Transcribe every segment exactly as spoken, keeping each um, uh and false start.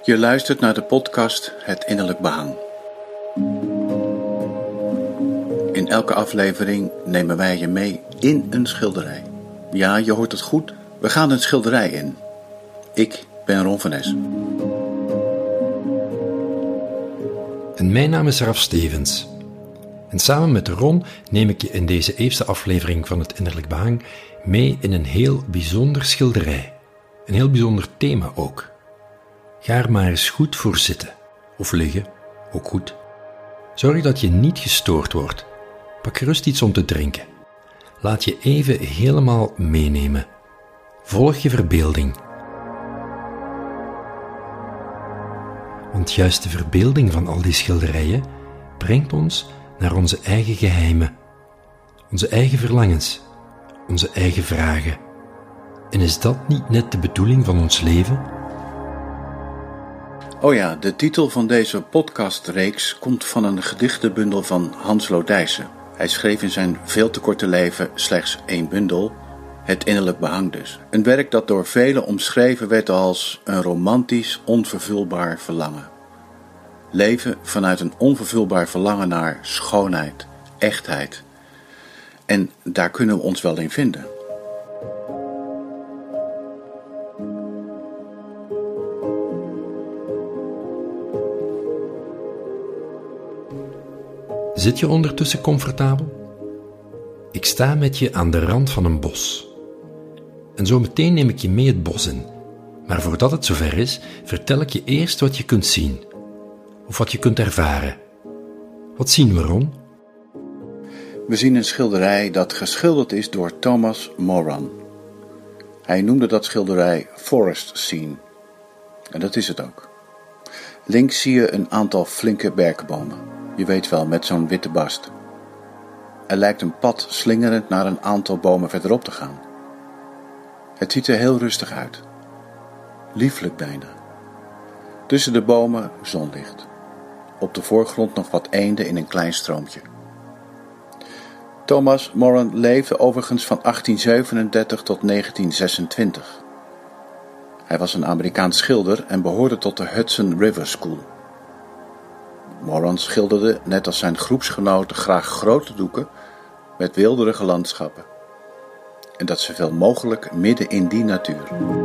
Je luistert naar de podcast Het Innerlijk Behang. In elke aflevering nemen wij je mee in een schilderij. Ja, je hoort het goed. We gaan een schilderij in. Ik ben Ron van Es. En mijn naam is Raf Stevens. En samen met Ron neem ik je in deze eerste aflevering van Het Innerlijk Behang mee in een heel bijzonder schilderij. Een heel bijzonder thema ook. Ga er maar eens goed voor zitten. Of liggen, ook goed. Zorg dat je niet gestoord wordt. Pak gerust iets om te drinken. Laat je even helemaal meenemen. Volg je verbeelding. Want juist de verbeelding van al die schilderijen brengt ons naar onze eigen geheimen, onze eigen verlangens, onze eigen vragen. En is dat niet net de bedoeling van ons leven? Oh ja, de titel van deze podcastreeks komt van een gedichtenbundel van Hans Lodijssen. Hij schreef in zijn veel te korte leven slechts één bundel, Het Innerlijk Behang dus. Een werk dat door velen omschreven werd als een romantisch, onvervulbaar verlangen. Leven vanuit een onvervulbaar verlangen naar schoonheid, echtheid. En daar kunnen we ons wel in vinden. Zit je ondertussen comfortabel? Ik sta met je aan de rand van een bos. En zo meteen neem ik je mee het bos in. Maar voordat het zover is, vertel ik je eerst wat je kunt zien. Of wat je kunt ervaren. Wat zien we, Ron? We zien een schilderij dat geschilderd is door Thomas Moran. Hij noemde dat schilderij Forest Scene. En dat is het ook. Links zie je een aantal flinke berkenbomen. Je weet wel, met zo'n witte bast. Er lijkt een pad slingerend naar een aantal bomen verderop te gaan. Het ziet er heel rustig uit. Lieflijk bijna. Tussen de bomen zonlicht. Op de voorgrond nog wat eenden in een klein stroompje. Thomas Moran leefde overigens van achttien zevenendertig tot negentien zesentwintig. Hij was een Amerikaans schilder en behoorde tot de Hudson River School. Moran schilderde, net als zijn groepsgenoten, graag grote doeken met weelderige landschappen. En dat zoveel mogelijk midden in die natuur.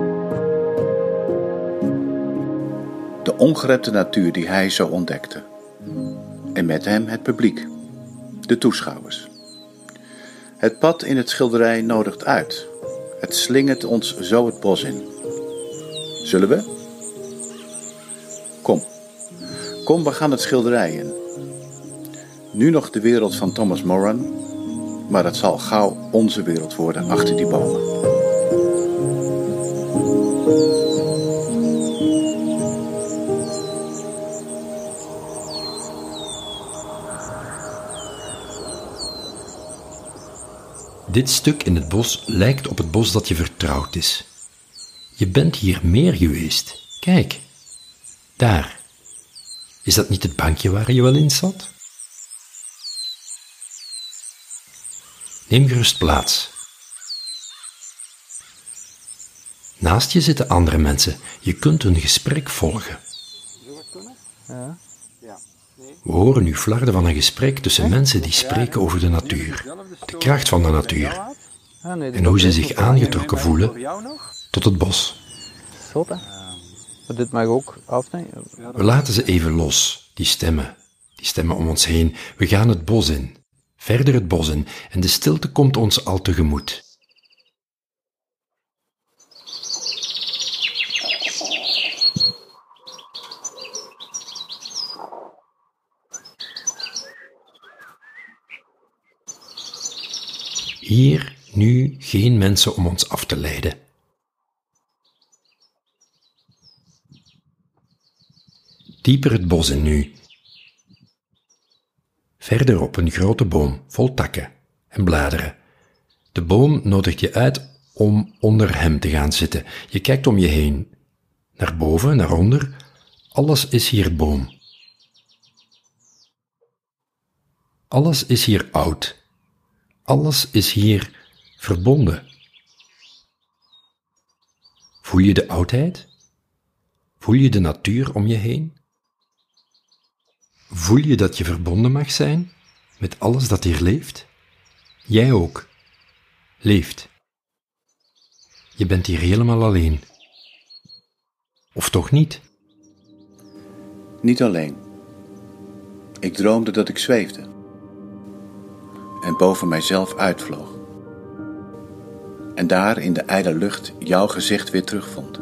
De ongerepte natuur die hij zo ontdekte. En met hem het publiek, de toeschouwers. Het pad in het schilderij nodigt uit. Het slingert ons zo het bos in. Zullen we? Kom. Kom, we gaan het schilderij in. Nu nog de wereld van Thomas Moran, maar het zal gauw onze wereld worden achter die bomen. Dit stuk in het bos lijkt op het bos dat je vertrouwd is. Je bent hier meer geweest. Kijk, daar. Is dat niet het bankje waar je wel in zat? Neem gerust plaats. Naast je zitten andere mensen. Je kunt hun gesprek volgen. We horen nu flarden van een gesprek tussen mensen die spreken over de natuur, de kracht van de natuur en hoe ze zich aangetrokken voelen tot het bos. Dit mag ook afnemen. We laten ze even los, die stemmen, die stemmen om ons heen. We gaan het bos in, verder het bos in, en de stilte komt ons al tegemoet. Hier nu geen mensen om ons af te leiden. Dieper het bos in nu. Verderop een grote boom vol takken en bladeren. De boom nodigt je uit om onder hem te gaan zitten. Je kijkt om je heen. Naar boven, naar onder. Alles is hier boom. Alles is hier oud. Alles is hier verbonden. Voel je de oudheid? Voel je de natuur om je heen? Voel je dat je verbonden mag zijn met alles dat hier leeft? Jij ook. Leeft. Je bent hier helemaal alleen. Of toch niet? Niet alleen. Ik droomde dat ik zweefde en boven mijzelf uitvloog. En daar in de ijle lucht jouw gezicht weer terugvond.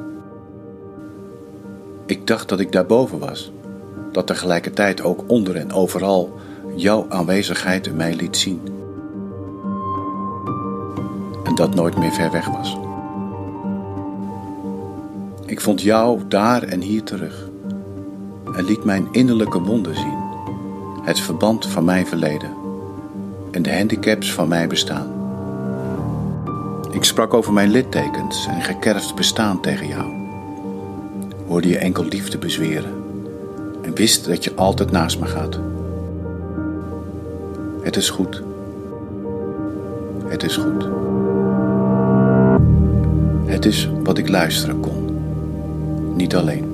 Ik dacht dat ik daarboven was, dat tegelijkertijd ook onder en overal jouw aanwezigheid in mij liet zien. En dat nooit meer ver weg was. Ik vond jou daar en hier terug en liet mijn innerlijke wonden zien, het verband van mijn verleden en de handicaps van mijn bestaan. Ik sprak over mijn littekens en gekerfd bestaan tegen jou, hoorde je enkel liefde bezweren en wist dat je altijd naast me gaat. Het is goed. Het is goed. Het is wat ik luisteren kon. Niet alleen.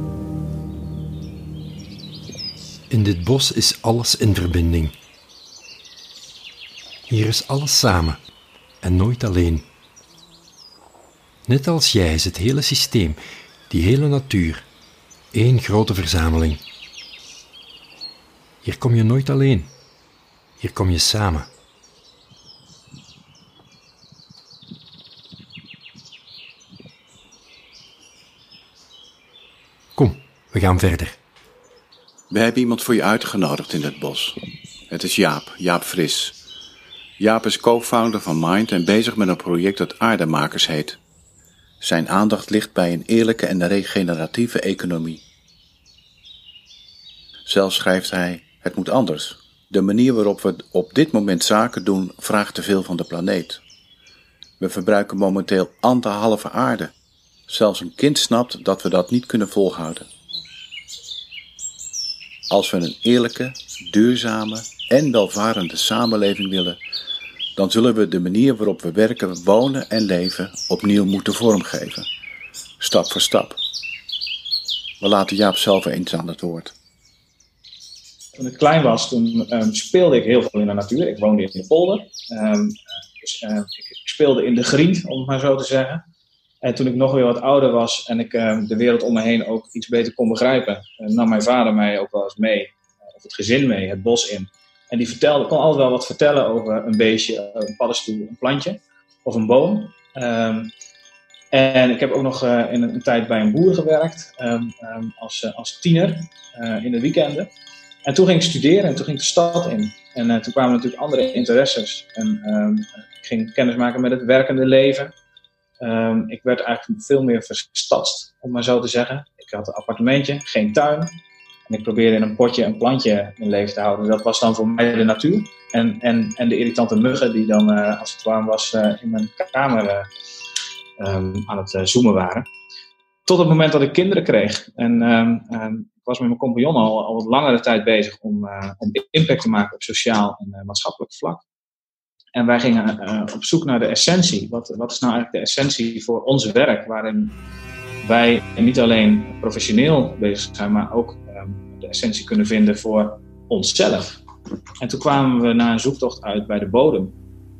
In dit bos is alles in verbinding. Hier is alles samen en nooit alleen. Net als jij is het hele systeem, die hele natuur, één grote verzameling. Hier kom je nooit alleen. Hier kom je samen. Kom, we gaan verder. We hebben iemand voor je uitgenodigd in het bos. Het is Jaap, Jaap Fris. Jaap is co-founder van Mind en bezig met een project dat Aardemakers heet. Zijn aandacht ligt bij een eerlijke en regeneratieve economie. Zelf schrijft hij, het moet anders. De manier waarop we op dit moment zaken doen vraagt te veel van de planeet. We verbruiken momenteel anderhalve aarde. Zelfs een kind snapt dat we dat niet kunnen volhouden. Als we een eerlijke, duurzame en welvarende samenleving willen, dan zullen we de manier waarop we werken, wonen en leven opnieuw moeten vormgeven. Stap voor stap. We laten Jaap zelf eens aan het woord. Toen ik klein was, toen um, speelde ik heel veel in de natuur. Ik woonde in de polder. Um, dus, uh, ik, ik speelde in de griend, om het maar zo te zeggen. En toen ik nog weer wat ouder was en ik uh, de wereld om me heen ook iets beter kon begrijpen, uh, nam mijn vader mij ook wel eens mee, uh, of het gezin mee, het bos in. En die vertelde, kon altijd wel wat vertellen over een beestje, een paddenstoel, een plantje of een boom. Um, en ik heb ook nog uh, in een, een tijd bij een boer gewerkt, um, um, als, uh, als tiener, uh, in de weekenden. En toen ging ik studeren en toen ging ik de stad in. En uh, toen kwamen natuurlijk andere interesses. En um, ik ging kennis maken met het werkende leven. Um, ik werd eigenlijk veel meer verstadst, om maar zo te zeggen. Ik had een appartementje, geen tuin. En ik probeerde in een potje een plantje in leven te houden. Dat was dan voor mij de natuur. En, en, en de irritante muggen die dan, uh, als het warm was, uh, in mijn kamer uh, um, aan het uh, zoomen waren. Tot het moment dat ik kinderen kreeg. En um, um, ik was met mijn compagnon al, al wat langere tijd bezig om, uh, om impact te maken op sociaal en uh, maatschappelijk vlak. En wij gingen uh, op zoek naar de essentie. Wat, wat is nou eigenlijk de essentie voor ons werk, waarin wij niet alleen professioneel bezig zijn, maar ook um, de essentie kunnen vinden voor onszelf. En toen kwamen we na een zoektocht uit bij de bodem.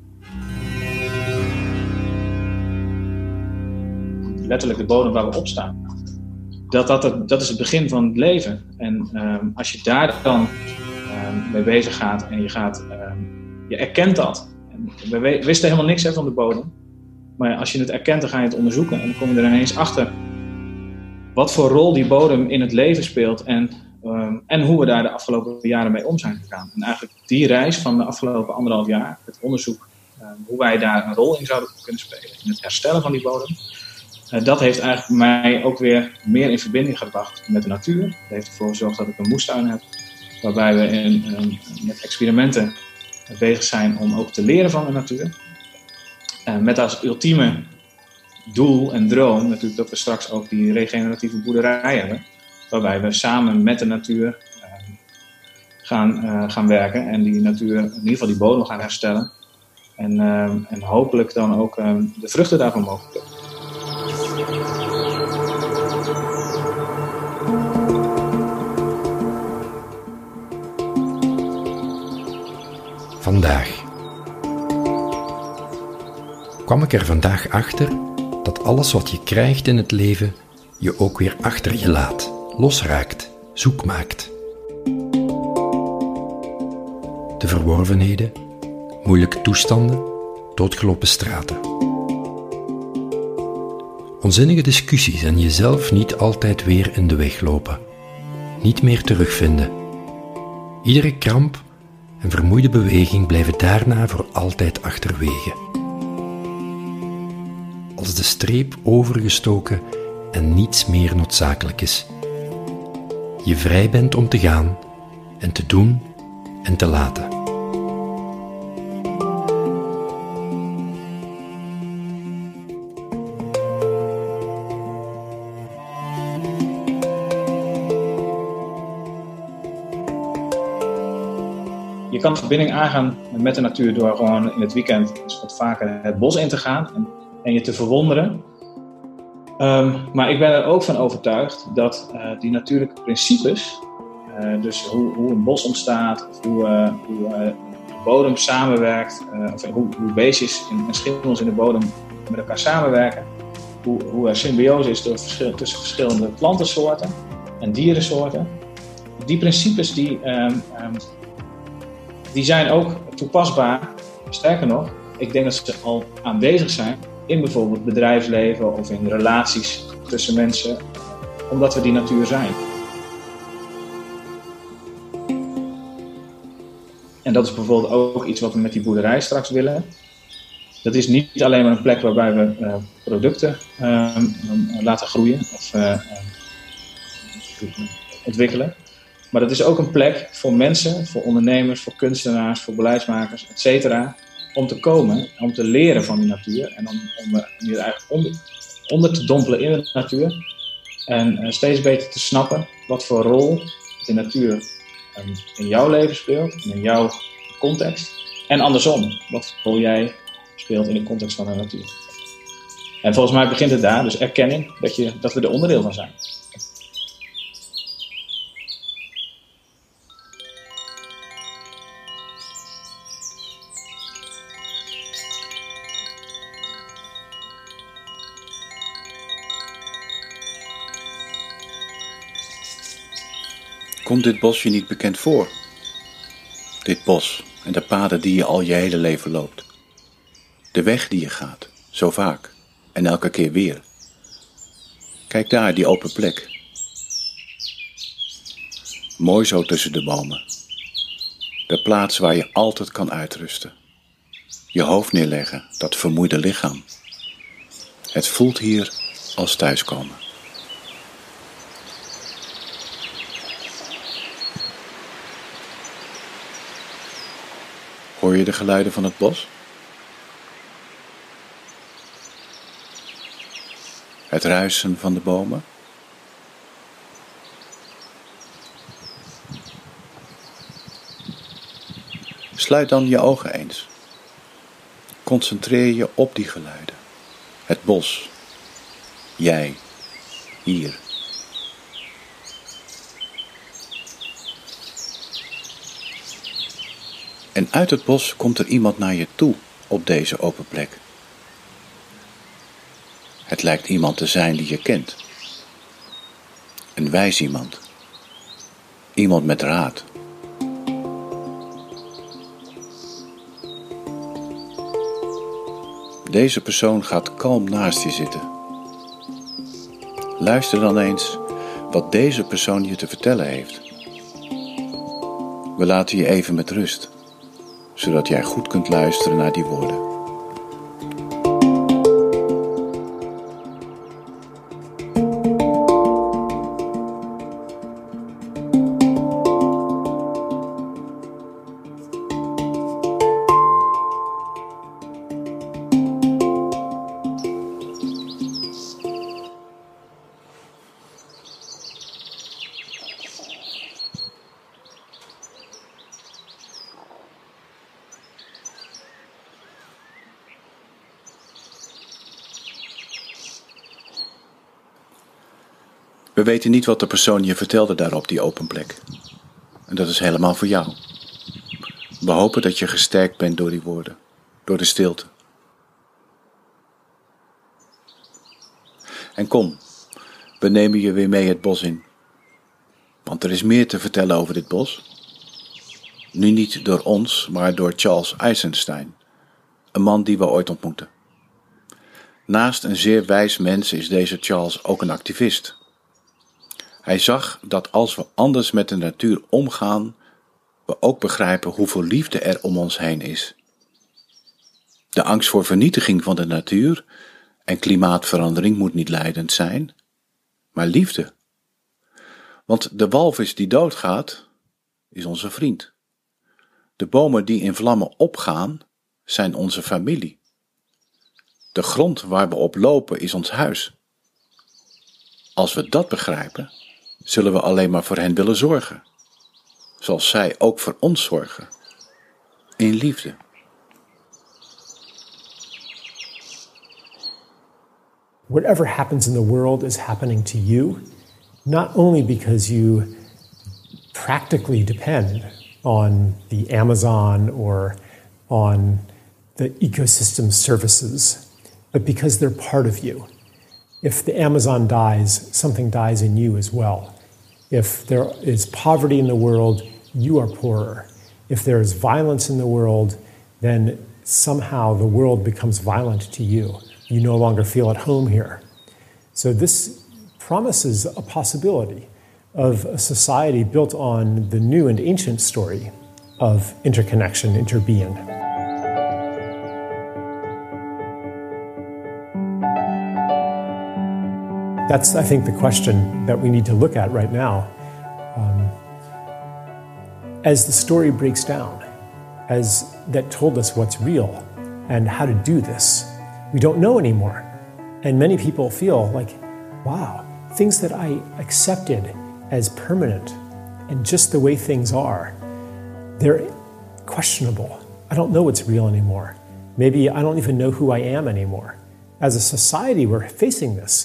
Letterlijk de bodem waar we op staan. Dat, dat, het, dat is het begin van het leven. En um, als je daar dan um, mee bezig gaat en je gaat, um, je erkent dat. We wisten helemaal niks hè, van de bodem. Maar als je het erkent, dan ga je het onderzoeken. En dan kom je er ineens achter wat voor rol die bodem in het leven speelt. En, um, en hoe we daar de afgelopen jaren mee om zijn gegaan. En eigenlijk die reis van de afgelopen anderhalf jaar, het onderzoek, um, hoe wij daar een rol in zouden kunnen spelen. In het herstellen van die bodem. Uh, dat heeft eigenlijk mij ook weer meer in verbinding gebracht met de natuur. Dat heeft ervoor gezorgd dat ik een moestuin heb. Waarbij we in, um, met experimenten bezig zijn om ook te leren van de natuur. Uh, met als ultieme doel en droom natuurlijk dat we straks ook die regeneratieve boerderij hebben. Waarbij we samen met de natuur uh, gaan, uh, gaan werken en die natuur, in ieder geval die bodem gaan herstellen. En, uh, en hopelijk dan ook uh, de vruchten daarvan mogen plukken. vandaag. Kwam ik er vandaag achter dat alles wat je krijgt in het leven je ook weer achter je laat, losraakt, zoek maakt. De verworvenheden, moeilijke toestanden, doodgelopen straten. Onzinnige discussies en jezelf niet altijd weer in de weg lopen. Niet meer terugvinden. Iedere kramp en vermoeide beweging blijven daarna voor altijd achterwege. Als de streep overgestoken en niets meer noodzakelijk is. Je vrij bent om te gaan en te doen en te laten. Je kan verbinding aangaan met de natuur door gewoon in het weekend eens wat vaker het bos in te gaan en, en je te verwonderen. Um, maar ik ben er ook van overtuigd dat uh, die natuurlijke principes, uh, dus hoe, hoe een bos ontstaat, of hoe, uh, hoe uh, de bodem samenwerkt, uh, of hoe, hoe beestjes en, en schimmels in de bodem met elkaar samenwerken, hoe, hoe er symbiose is door verschil, tussen verschillende plantensoorten en dierensoorten. Die principes die, um, um, die zijn ook toepasbaar. Sterker nog, ik denk dat ze al aanwezig zijn in bijvoorbeeld bedrijfsleven of in relaties tussen mensen, omdat we die natuur zijn. En dat is bijvoorbeeld ook iets wat we met die boerderij straks willen. Dat is niet alleen maar een plek waarbij we uh, producten uh, laten groeien of uh, uh, ontwikkelen. Maar dat is ook een plek voor mensen, voor ondernemers, voor kunstenaars, voor beleidsmakers, et cetera. Om te komen, om te leren van die natuur en om, om, om je eigenlijk onder, onder te dompelen in de natuur. En uh, steeds beter te snappen wat voor rol de natuur um, in jouw leven speelt en in jouw context. En andersom, wat voor rol jij speelt in de context van de natuur. En volgens mij begint het daar, dus erkenning dat, je, dat we er onderdeel van zijn. Komt dit bos je niet bekend voor? Dit bos en de paden die je al je hele leven loopt. De weg die je gaat, zo vaak en elke keer weer. Kijk daar, die open plek. Mooi zo tussen de bomen. De plaats waar je altijd kan uitrusten. Je hoofd neerleggen, dat vermoeide lichaam. Het voelt hier als thuiskomen. Hoor je de geluiden van het bos? Het ruisen van de bomen? Sluit dan je ogen eens. Concentreer je op die geluiden. Het bos. Jij. Hier. En uit het bos komt er iemand naar je toe op deze open plek. Het lijkt iemand te zijn die je kent. Een wijs iemand. Iemand met raad. Deze persoon gaat kalm naast je zitten. Luister dan eens wat deze persoon je te vertellen heeft. We laten je even met rust, zodat jij goed kunt luisteren naar die woorden. We weten niet wat de persoon je vertelde daar op die open plek. En dat is helemaal voor jou. We hopen dat je gesterkt bent door die woorden, door de stilte. En kom, we nemen je weer mee het bos in. Want er is meer te vertellen over dit bos. Nu niet door ons, maar door Charles Eisenstein, een man die we ooit ontmoeten. Naast een zeer wijs mens is deze Charles ook een activist. Hij zag dat als we anders met de natuur omgaan, we ook begrijpen hoeveel liefde er om ons heen is. De angst voor vernietiging van de natuur en klimaatverandering moet niet leidend zijn, maar liefde. Want de walvis die doodgaat, is onze vriend. De bomen die in vlammen opgaan, zijn onze familie. De grond waar we op lopen is ons huis. Als we dat begrijpen, zullen we alleen maar voor hen willen zorgen. Zoals zij ook voor ons zorgen. In liefde. Whatever happens in the world is happening to you, not only because you practically depend on the Amazon or on the ecosystem services, but because they're part of you. If the Amazon dies, something dies in you as well. If there is poverty in the world, you are poorer. If there is violence in the world, then somehow the world becomes violent to you. You no longer feel at home here. So this promises a possibility of a society built on the new and ancient story of interconnection, interbeing. That's, I think, the question that we need to look at right now. Um, as the story breaks down, as that told us what's real and how to do this, we don't know anymore. And many people feel like, wow, things that I accepted as permanent and just the way things are, they're questionable. I don't know what's real anymore. Maybe I don't even know who I am anymore. As a society, we're facing this.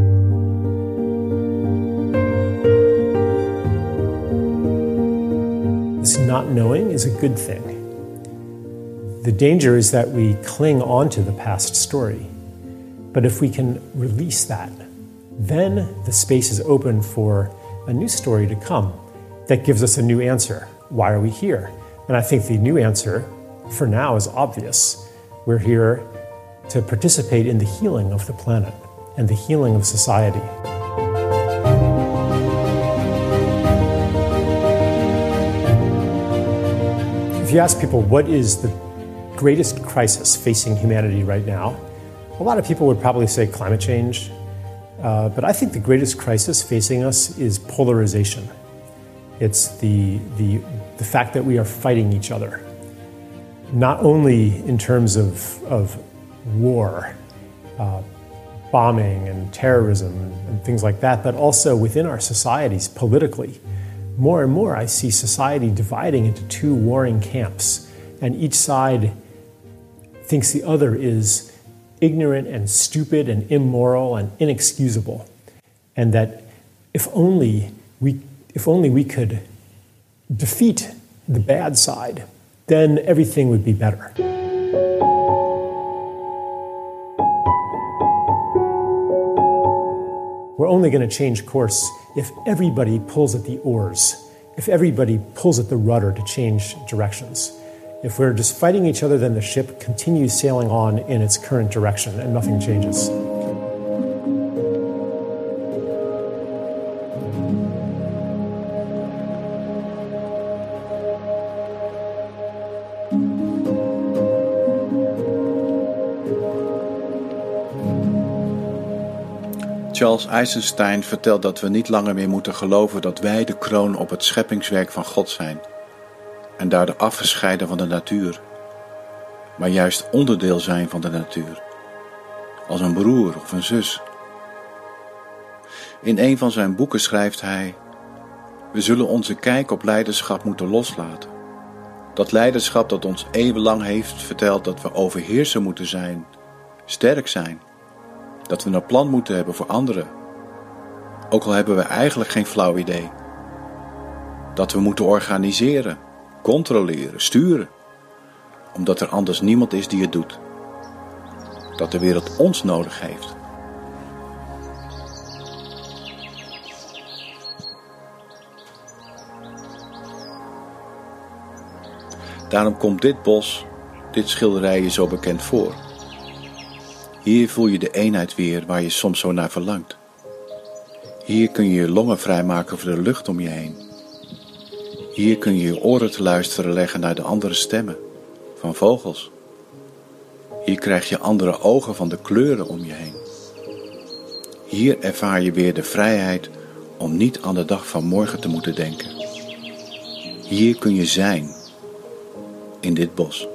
This not knowing is a good thing. The danger is that we cling on to the past story. But if we can release that, then the space is open for a new story to come that gives us a new answer. Why are we here? And I think the new answer, for now, is obvious. We're here to participate in the healing of the planet and the healing of society. If you ask people what is the greatest crisis facing humanity right now, a lot of people would probably say climate change. Uh, but I think the greatest crisis facing us is polarization. It's the, the, the fact that we are fighting each other. Not only in terms of, of war, uh, bombing and terrorism and, and things like that, but also within our societies politically. More and more I see society dividing into two warring camps, and each side thinks the other is ignorant and stupid and immoral and inexcusable. And that if only we, if only we could defeat the bad side, then everything would be better. We're only going to change course if everybody pulls at the oars, if everybody pulls at the rudder to change directions. If we're just fighting each other, then the ship continues sailing on in its current direction and nothing changes. Charles Eisenstein vertelt dat we niet langer meer moeten geloven dat wij de kroon op het scheppingswerk van God zijn en daardoor afgescheiden van de natuur, maar juist onderdeel zijn van de natuur, als een broer of een zus. In een van zijn boeken schrijft hij: we zullen onze kijk op leiderschap moeten loslaten. Dat leiderschap dat ons eeuwenlang heeft verteld dat we overheerser moeten zijn, sterk zijn, dat we een plan moeten hebben voor anderen, ook al hebben we eigenlijk geen flauw idee. Dat we moeten organiseren, controleren, sturen, omdat er anders niemand is die het doet. Dat de wereld ons nodig heeft. Daarom komt dit bos, dit schilderij je zo bekend voor. Hier voel je de eenheid weer waar je soms zo naar verlangt. Hier kun je je longen vrijmaken voor de lucht om je heen. Hier kun je je oren te luisteren leggen naar de andere stemmen van vogels. Hier krijg je andere ogen van de kleuren om je heen. Hier ervaar je weer de vrijheid om niet aan de dag van morgen te moeten denken. Hier kun je zijn, in dit bos.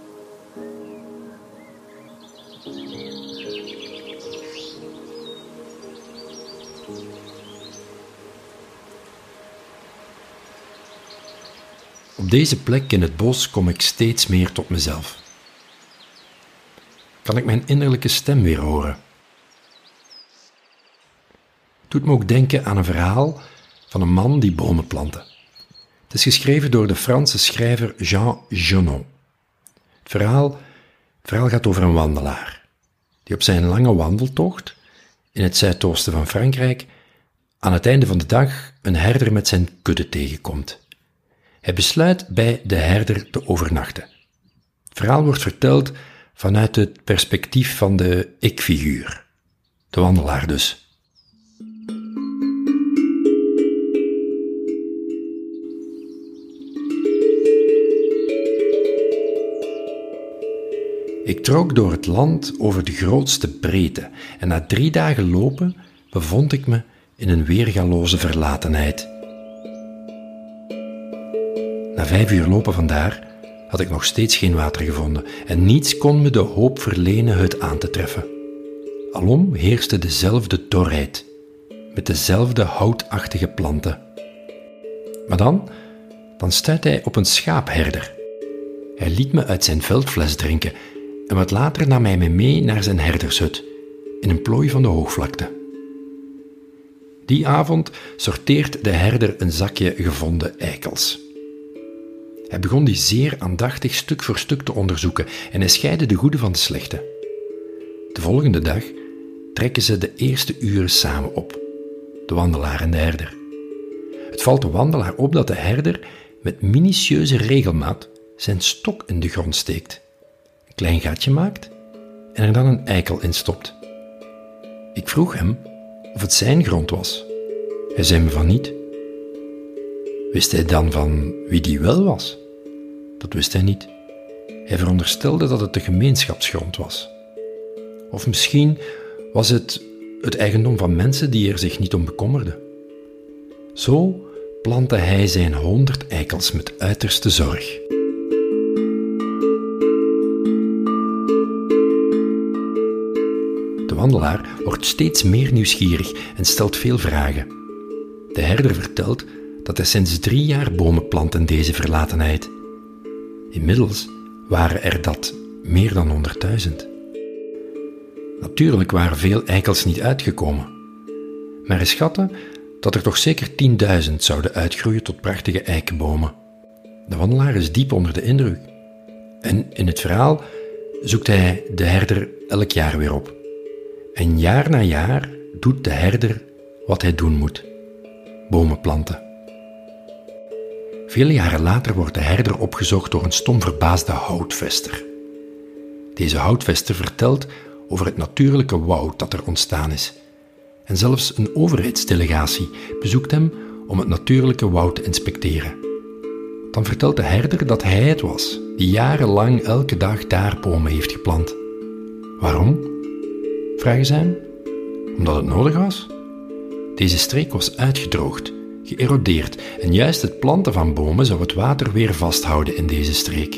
Op deze plek in het bos kom ik steeds meer tot mezelf. Kan ik mijn innerlijke stem weer horen? Het doet me ook denken aan een verhaal van een man die bomen plantte. Het is geschreven door de Franse schrijver Jean Genot. Het verhaal, het verhaal gaat over een wandelaar die op zijn lange wandeltocht in het zuidoosten van Frankrijk aan het einde van de dag een herder met zijn kudde tegenkomt. Hij besluit bij de herder te overnachten. Het verhaal wordt verteld vanuit het perspectief van de ik-figuur, de wandelaar dus. Ik trok door het land over de grootste breedte en na drie dagen lopen bevond ik me in een weergaloze verlatenheid. Na vijf uur lopen vandaar had ik nog steeds geen water gevonden en niets kon me de hoop verlenen het aan te treffen. Alom heerste dezelfde dorheid, met dezelfde houtachtige planten. Maar dan, dan stuitte hij op een schaapherder. Hij liet me uit zijn veldfles drinken en wat later nam hij me mee naar zijn herdershut, in een plooi van de hoogvlakte. Die avond sorteert de herder een zakje gevonden eikels. Hij begon die zeer aandachtig stuk voor stuk te onderzoeken en hij scheidde de goede van de slechte. De volgende dag trekken ze de eerste uren samen op, de wandelaar en de herder. Het valt de wandelaar op dat de herder met minutieuze regelmaat zijn stok in de grond steekt, een klein gaatje maakt en er dan een eikel in stopt. Ik vroeg hem of het zijn grond was. Hij zei me van niet. Wist hij dan van wie die wel was? Dat wist hij niet. Hij veronderstelde dat het de gemeenschapsgrond was. Of misschien was het het eigendom van mensen die er zich niet om bekommerden. Zo plantte hij zijn honderd eikels met uiterste zorg. De wandelaar wordt steeds meer nieuwsgierig en stelt veel vragen. De herder vertelt dat hij sinds drie jaar bomen plant in deze verlatenheid. Inmiddels waren er dat meer dan honderdduizend. Natuurlijk waren veel eikels niet uitgekomen, maar hij schatte dat er toch zeker tienduizend zouden uitgroeien tot prachtige eikenbomen. De wandelaar is diep onder de indruk. En in het verhaal zoekt hij de herder elk jaar weer op. En jaar na jaar doet de herder wat hij doen moet: bomen planten. Vele jaren later wordt de herder opgezocht door een stom verbaasde houtvester. Deze houtvester vertelt over het natuurlijke woud dat er ontstaan is. En zelfs een overheidsdelegatie bezoekt hem om het natuurlijke woud te inspecteren. Dan vertelt de herder dat hij het was die jarenlang elke dag daar bomen heeft geplant. Waarom? Vragen ze hem. Omdat het nodig was? Deze streek was uitgedroogd, geërodeerd en juist het planten van bomen zou het water weer vasthouden in deze streek.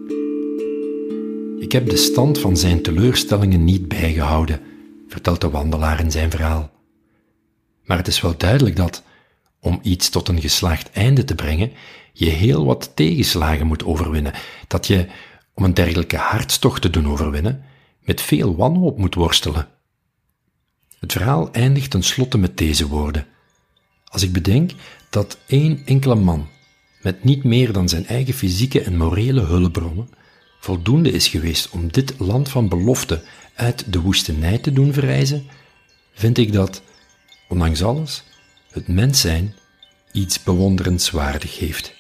Ik heb de stand van zijn teleurstellingen niet bijgehouden, vertelt de wandelaar in zijn verhaal. Maar het is wel duidelijk dat, om iets tot een geslaagd einde te brengen, je heel wat tegenslagen moet overwinnen, dat je, om een dergelijke hartstocht te doen overwinnen, met veel wanhoop moet worstelen. Het verhaal eindigt tenslotte met deze woorden. Als ik bedenk dat één enkele man met niet meer dan zijn eigen fysieke en morele hulpbronnen, voldoende is geweest om dit land van belofte uit de woestenij te doen verrijzen, vind ik dat, ondanks alles, het mens zijn iets bewonderenswaardig heeft.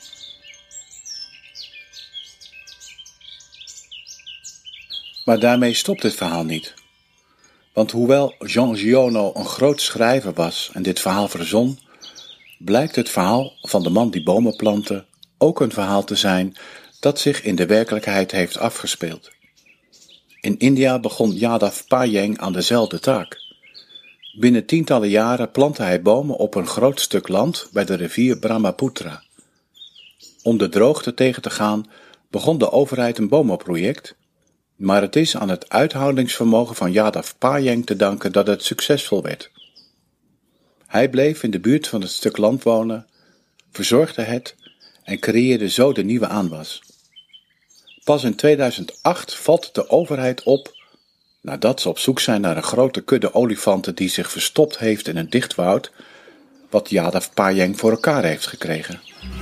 Maar daarmee stopt dit verhaal niet. Want hoewel Jean Giono een groot schrijver was en dit verhaal verzon, blijkt het verhaal van de man die bomen plantte ook een verhaal te zijn dat zich in de werkelijkheid heeft afgespeeld. In India begon Yadav Payeng aan dezelfde taak. Binnen tientallen jaren plantte hij bomen op een groot stuk land bij de rivier Brahmaputra. Om de droogte tegen te gaan begon de overheid een bomenproject, maar het is aan het uithoudingsvermogen van Yadav Payeng te danken dat het succesvol werd. Hij bleef in de buurt van het stuk land wonen, verzorgde het en creëerde zo de nieuwe aanwas. Pas in tweeduizend acht valt de overheid op, nadat ze op zoek zijn naar een grote kudde olifanten die zich verstopt heeft in een dicht woud, wat Yadav Payeng voor elkaar heeft gekregen.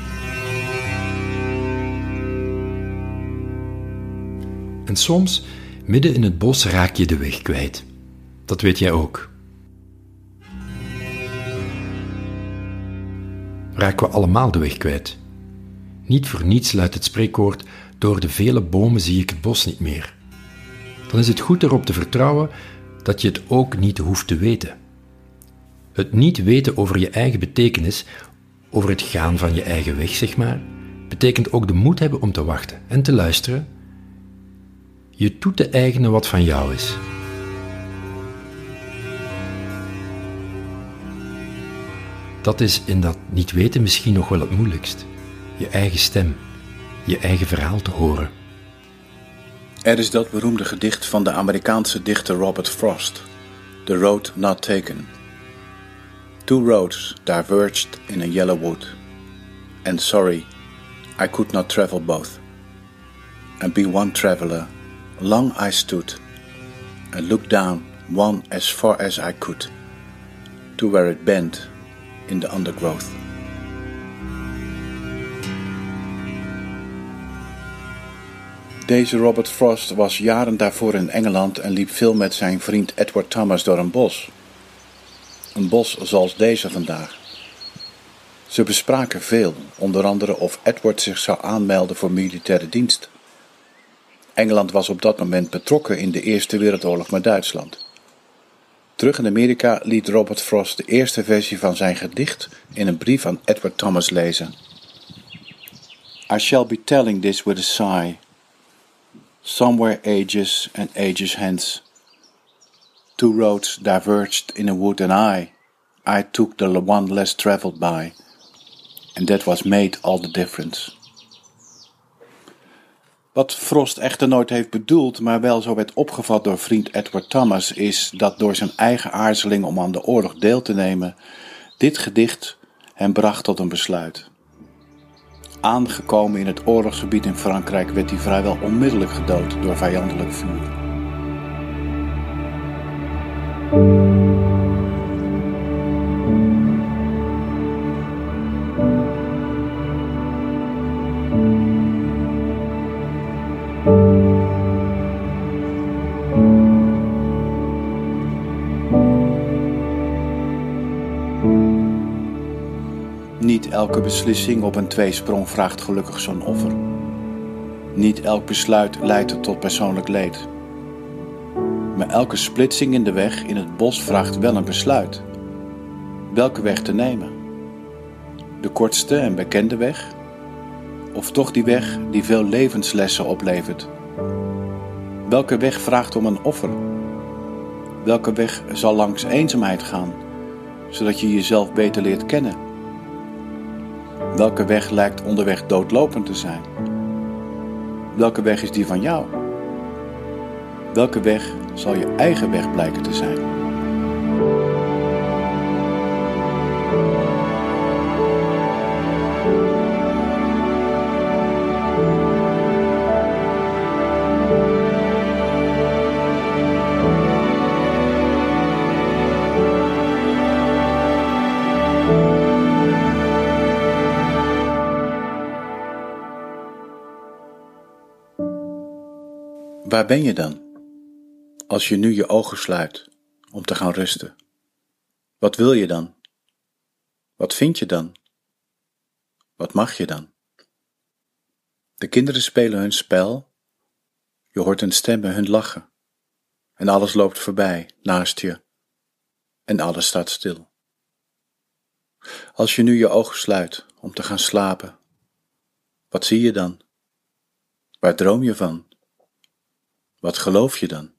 En soms, midden in het bos, raak je de weg kwijt. Dat weet jij ook. Raken we allemaal de weg kwijt. Niet voor niets luidt het spreekwoord: door de vele bomen zie ik het bos niet meer. Dan is het goed erop te vertrouwen dat je het ook niet hoeft te weten. Het niet weten over je eigen betekenis, over het gaan van je eigen weg, zeg maar, betekent ook de moed hebben om te wachten en te luisteren. Je toe te eigenen wat van jou is. Dat is in dat niet weten misschien nog wel het moeilijkst. Je eigen stem, je eigen verhaal te horen. Er is dat beroemde gedicht van de Amerikaanse dichter Robert Frost, The Road Not Taken. Two roads diverged in a yellow wood, and sorry, I could not travel both. And be one traveler, long I stood, and looked down one as far as I could, to where it bent in the undergrowth. Deze Robert Frost was jaren daarvoor in Engeland en liep veel met zijn vriend Edward Thomas door een bos. Een bos zoals deze vandaag. Ze bespraken veel, onder andere of Edward zich zou aanmelden voor militaire dienst. Engeland was op dat moment betrokken in de Eerste Wereldoorlog met Duitsland. Terug in Amerika liet Robert Frost de eerste versie van zijn gedicht in een brief aan Edward Thomas lezen. I shall be telling this with a sigh. Somewhere ages and ages hence, two roads diverged in a wood, and I, I took the one less travelled by, and that was made all the difference. Wat Frost echter nooit heeft bedoeld, maar wel zo werd opgevat door vriend Edward Thomas, is dat door zijn eigen aarzeling om aan de oorlog deel te nemen, dit gedicht hem bracht tot een besluit. Aangekomen in het oorlogsgebied in Frankrijk werd hij vrijwel onmiddellijk gedood door vijandelijk vuur. Niet elke beslissing op een tweesprong vraagt gelukkig zo'n offer. Niet elk besluit leidt tot persoonlijk leed. Maar elke splitsing in de weg in het bos vraagt wel een besluit. Welke weg te nemen? De kortste en bekende weg? Of toch die weg die veel levenslessen oplevert? Welke weg vraagt om een offer? Welke weg zal langs eenzaamheid gaan, zodat je jezelf beter leert kennen? Welke weg lijkt onderweg doodlopend te zijn? Welke weg is die van jou? Welke weg zal je eigen weg blijken te zijn? Waar ben je dan, als je nu je ogen sluit om te gaan rusten? Wat wil je dan? Wat vind je dan? Wat mag je dan? De kinderen spelen hun spel, je hoort hun stemmen, hun lachen. En alles loopt voorbij, naast je. En alles staat stil. Als je nu je ogen sluit om te gaan slapen, wat zie je dan? Waar droom je van? Wat geloof je dan?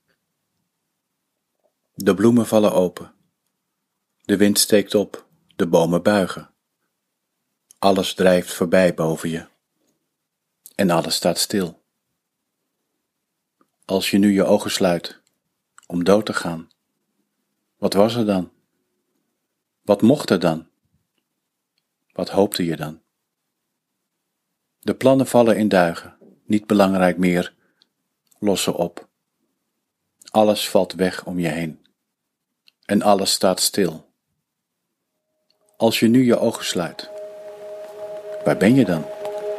De bloemen vallen open. De wind steekt op, de bomen buigen. Alles drijft voorbij boven je. En alles staat stil. Als je nu je ogen sluit om dood te gaan, wat was er dan? Wat mocht er dan? Wat hoopte je dan? De plannen vallen in duigen, niet belangrijk meer, lossen op. Alles valt weg om je heen. En alles staat stil. Als je nu je ogen sluit, waar ben je dan?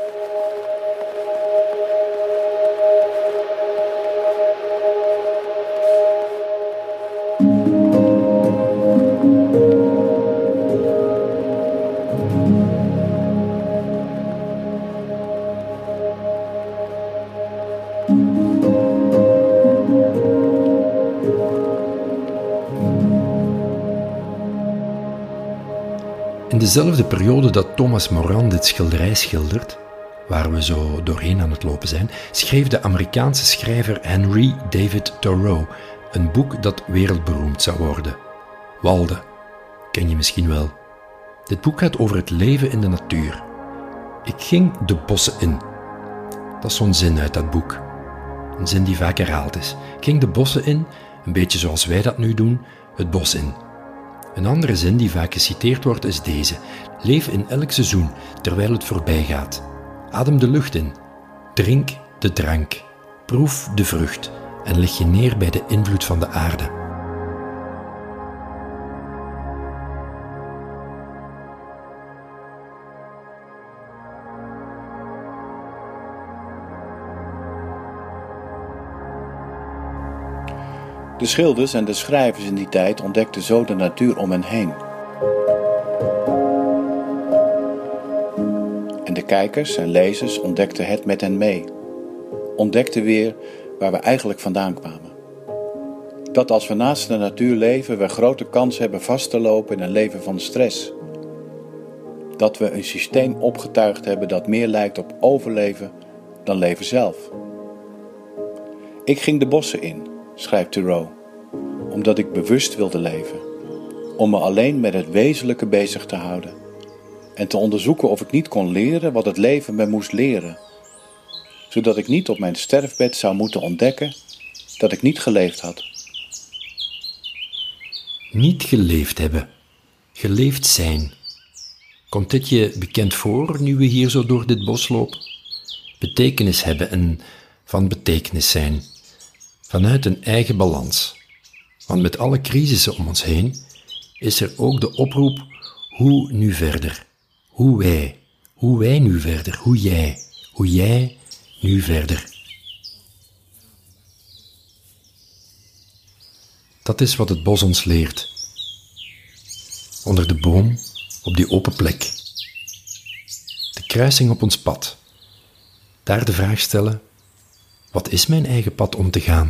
In dezelfde periode dat Thomas Moran dit schilderij schildert, waar we zo doorheen aan het lopen zijn, schreef de Amerikaanse schrijver Henry David Thoreau een boek dat wereldberoemd zou worden. Walden, ken je misschien wel. Dit boek gaat over het leven in de natuur. Ik ging de bossen in. Dat is zo'n zin uit dat boek. Een zin die vaak herhaald is. Ik ging de bossen in, een beetje zoals wij dat nu doen, het bos in. Een andere zin die vaak geciteerd wordt is deze. Leef in elk seizoen, terwijl het voorbij gaat. Adem de lucht in. Drink de drank. Proef de vrucht en leg je neer bij de invloed van de aarde. De schilders en de schrijvers in die tijd ontdekten zo de natuur om hen heen. En de kijkers en lezers ontdekten het met hen mee. Ontdekten weer waar we eigenlijk vandaan kwamen. Dat als we naast de natuur leven, we grote kans hebben vast te lopen in een leven van stress. Dat we een systeem opgetuigd hebben dat meer lijkt op overleven dan leven zelf. Ik ging de bossen in, schrijft Thoreau, omdat ik bewust wilde leven, om me alleen met het wezenlijke bezig te houden en te onderzoeken of ik niet kon leren wat het leven me moest leren, zodat ik niet op mijn sterfbed zou moeten ontdekken dat ik niet geleefd had. Niet geleefd hebben, geleefd zijn. Komt dit je bekend voor nu we hier zo door dit bos lopen? Betekenis hebben en van betekenis zijn. Vanuit een eigen balans. Want met alle crisissen om ons heen is er ook de oproep hoe nu verder. Hoe wij. Hoe wij nu verder. Hoe jij. Hoe jij nu verder. Dat is wat het bos ons leert. Onder de boom, op die open plek. De kruising op ons pad. Daar de vraag stellen: wat is mijn eigen pad om te gaan?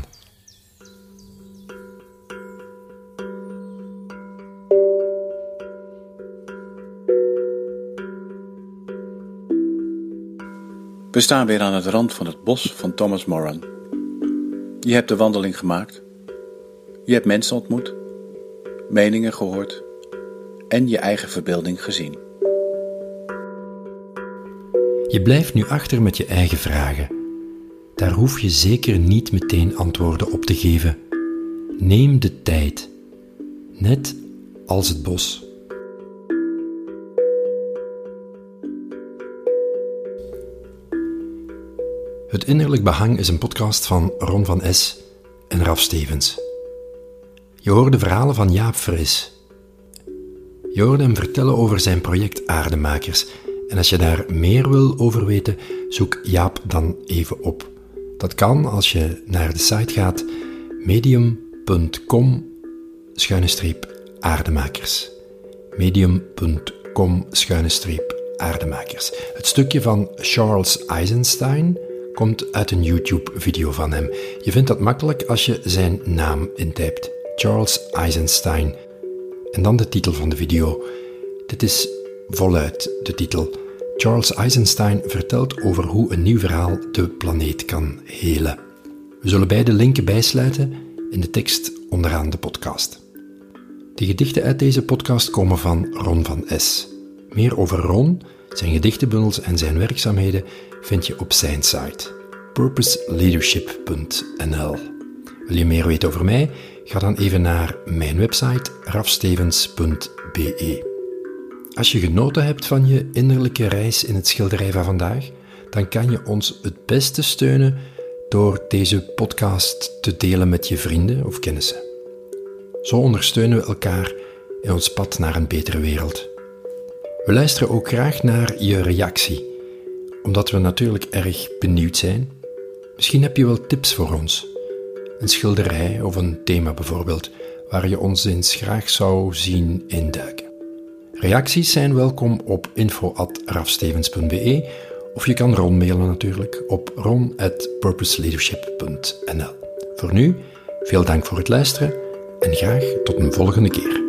We staan weer aan het rand van het bos van Thomas Moran. Je hebt de wandeling gemaakt. Je hebt mensen ontmoet, meningen gehoord en je eigen verbeelding gezien. Je blijft nu achter met je eigen vragen. Daar hoef je zeker niet meteen antwoorden op te geven. Neem de tijd. Net als het bos. Het Innerlijk Behang is een podcast van Ron van Es en Raf Stevens. Je hoorde verhalen van Jaap Fris. Je hoorde hem vertellen over zijn project Aardemakers. En als je daar meer wil over weten, zoek Jaap dan even op. Dat kan als je naar de site gaat medium.com schuine streep aardemakers. medium.com schuine streep aardemakers. Het stukje van Charles Eisenstein komt uit een YouTube-video van hem. Je vindt dat makkelijk als je zijn naam intypt. Charles Eisenstein. En dan de titel van de video. Dit is voluit de titel. Charles Eisenstein vertelt over hoe een nieuw verhaal de planeet kan helen. We zullen beide linken bijsluiten in de tekst onderaan de podcast. De gedichten uit deze podcast komen van Ron van Es. Meer over Ron, zijn gedichtenbundels en zijn werkzaamheden vind je op zijn site purpose leadership punt n l. Wil je meer weten over mij? Ga dan even naar mijn website rafstevens punt b e. Als je genoten hebt van je innerlijke reis in het schilderij van vandaag, dan kan je ons het beste steunen door deze podcast te delen met je vrienden of kennissen. Zo ondersteunen we elkaar in ons pad naar een betere wereld. We luisteren ook graag naar je reactie, omdat we natuurlijk erg benieuwd zijn. Misschien heb je wel tips voor ons. Een schilderij of een thema bijvoorbeeld, waar je ons eens graag zou zien induiken. Reacties zijn welkom op info at rafstevens punt b e of je kan Ron mailen natuurlijk op ron at purpose leadership punt n l. Voor nu, veel dank voor het luisteren en graag tot een volgende keer.